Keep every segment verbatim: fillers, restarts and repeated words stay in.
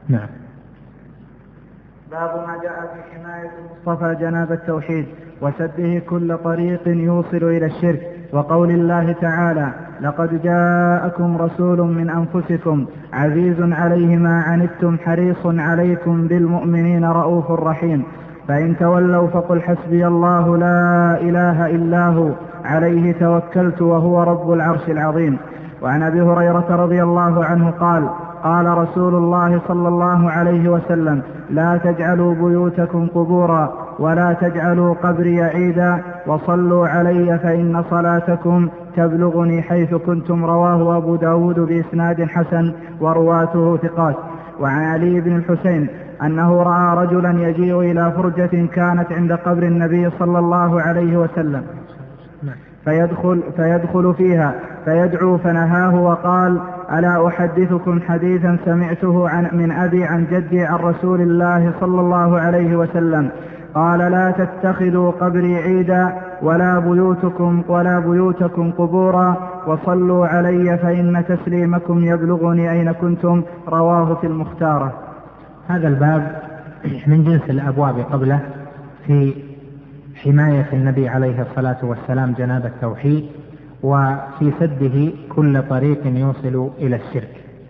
نعم. باب ما جاء في حماية المصطفى جناب التوحيد وسده كل طريق يوصل إلى الشرك، وقول الله تعالى: لقد جاءكم رسول من أنفسكم عزيز عليه ما عنتم حريص عليكم بالمؤمنين رؤوف رحيم، فإن تولوا فقل حسبي الله لا إله إلا هو عليه توكلت وهو رب العرش العظيم. وعن أبي هريرة رضي الله عنه قال: قال رسول الله صلى الله عليه وسلم: لا تجعلوا بيوتكم قبورا ولا تجعلوا قبري عيدا وصلوا علي فإن صلاتكم تبلغني حيث كنتم. رواه أبو داود بإسناد حسن ورواته ثقات. وعن علي بن الحسين أنه رأى رجلا يجيء إلى فرجة كانت عند قبر النبي صلى الله عليه وسلم فيدخل, فيدخل فيها فيدعو، فنهاه وقال: ألا أحدثكم حديثا سمعته عن من أبي عن جدي عن رسول الله صلى الله عليه وسلم قال: لا تتخذوا قبري عيدا ولا بيوتكم, ولا بيوتكم قبورا وصلوا علي فإن تسليمكم يبلغني أين كنتم. رواه في المختارة. هذا الباب من جنس الأبواب قبله في حماية النبي عليه الصلاة والسلام جناب التوحيد وفي سده كل طريق يوصل إلى الشرك.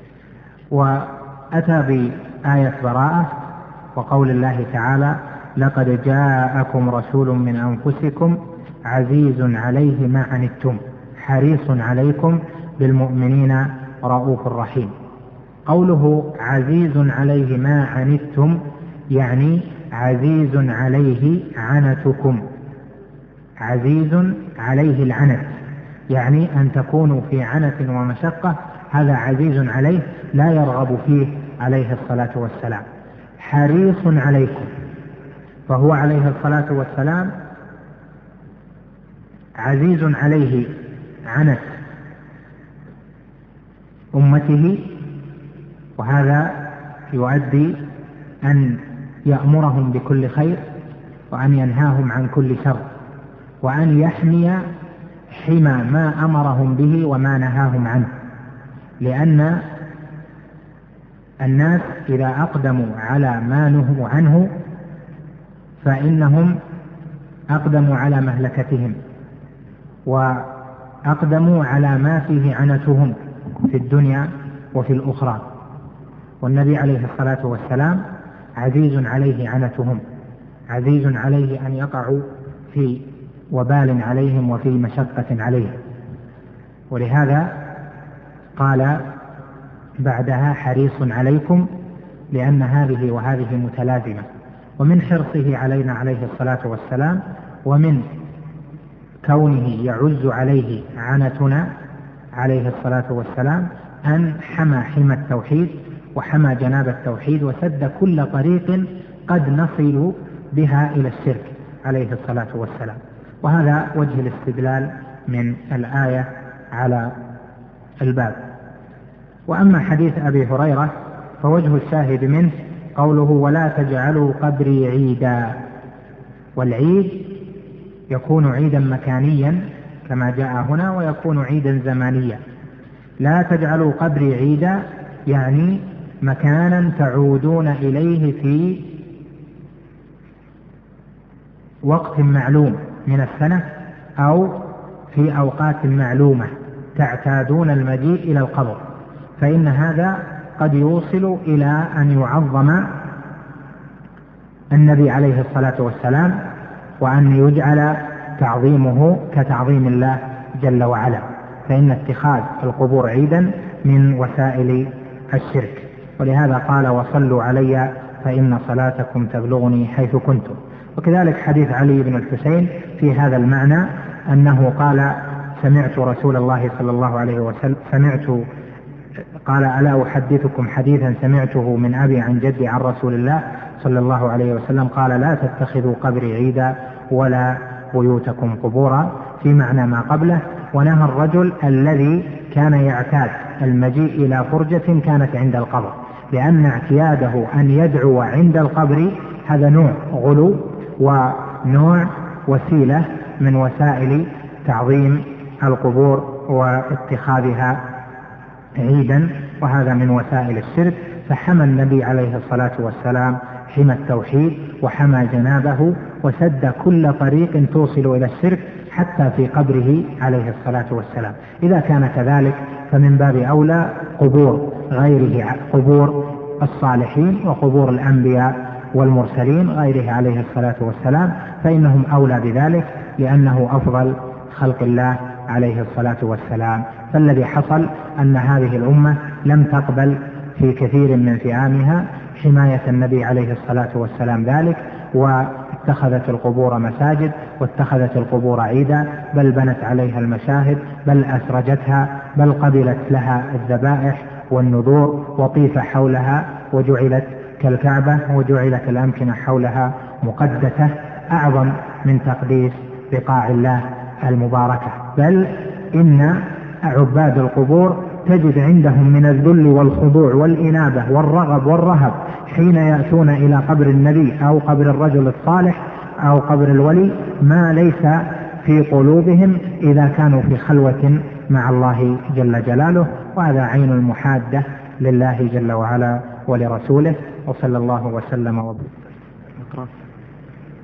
وأتى بآية براءة وقول الله تعالى: لقد جاءكم رسول من أنفسكم عزيز عليه ما عنتم حريص عليكم بالمؤمنين رؤوف رحيم. قوله عزيز عليه ما عنتم يعني عزيز عليه عنتكم، عزيز عليه العنت، يعني أن تكونوا في عنت ومشقة، هذا عزيز عليه لا يرغب فيه عليه الصلاة والسلام. حريص عليكم، فهو عليه الصلاة والسلام عزيز عليه عنت أمته، وهذا يؤدي أن يأمرهم بكل خير وأن ينهاهم عن كل شر وأن يحمي حمى ما أمرهم به وما نهاهم عنه، لأن الناس إذا أقدموا على ما نهوا عنه فإنهم أقدموا على مهلكتهم وأقدموا على ما فيه عنتهم في الدنيا وفي الأخرى. والنبي عليه الصلاة والسلام عزيز عليه عنتهم، عزيز عليه أن يقعوا في وبال عليهم وفي مشقة عليهم، ولهذا قال بعدها حريص عليكم، لأن هذه وهذه متلازمة. ومن حرصه علينا عليه الصلاة والسلام ومن كونه يعز عليه عنتنا عليه الصلاة والسلام أن حمى حمى التوحيد وحمى جناب التوحيد وسد كل طريق قد نصل بها إلى الشرك عليه الصلاة والسلام. وهذا وجه الاستدلال من الآية على الباب. وأما حديث أبي هريرة فوجه الشاهد منه قوله: ولا تجعلوا قبري عيدا. والعيد يكون عيدا مكانيا كما جاء هنا، ويكون عيدا زمانيا. لا تجعلوا قبري عيدا يعني مكانا تعودون إليه في وقت معلوم من السنة أو في أوقات معلومة تعتادون المجيء إلى القبر، فإن هذا قد يوصل إلى أن يعظم النبي عليه الصلاة والسلام وأن يجعل تعظيمه كتعظيم الله جل وعلا، فإن اتخاذ القبور عيدا من وسائل الشرك. ولهذا قال: وصلوا علي فإن صلاتكم تبلغني حيث كنتم. وكذلك حديث علي بن الحسين في هذا المعنى، أنه قال: سمعت رسول الله صلى الله عليه وسلم سمعت قال: ألا أحدثكم حديثا سمعته من أبي عن جدي عن رسول الله صلى الله عليه وسلم قال: لا تتخذوا قبري عيدا ولا بيوتكم قبورا، في معنى ما قبله. ونهى الرجل الذي كان يعتاد المجيء إلى فرجة كانت عند القبر، لأن اعتياده أن يدعو عند القبر هذا نوع غلو ونوع وسيلة من وسائل تعظيم القبور واتخاذها عيدا، وهذا من وسائل الشرك. فحمى النبي عليه الصلاة والسلام حمى التوحيد وحمى جنابه وسد كل طريق توصل إلى الشرك حتى في قبره عليه الصلاة والسلام. إذا كان كذلك فمن باب أولى قبور غيره، قبور الصالحين وقبور الأنبياء والمرسلين غيره عليه الصلاة والسلام، فإنهم أولى بذلك لأنه أفضل خلق الله عليه الصلاة والسلام. فالذي حصل أن هذه الأمة لم تقبل في كثير من فئامها حماية النبي عليه الصلاة والسلام ذلك، واتخذت القبور مساجد واتخذت القبور عيدا، بل بنت عليها المشاهد، بل أسرجتها، بل قبلت لها الذبائح والنذور وطيف حولها وجعلت كالكعبة، وجعلت الأمكنة حولها مقدسة أعظم من تقديس بقاع الله المباركة. بل إن عباد القبور تجد عندهم من الذل والخضوع والإنابة والرغب والرهب حين يأتون إلى قبر النبي أو قبر الرجل الصالح أو قبر الولي ما ليس في قلوبهم إذا كانوا في خلوة مع الله جل جلاله. وهذا عين المحادة لله جل وعلا ولرسوله، وصلى الله وسلم وبارك.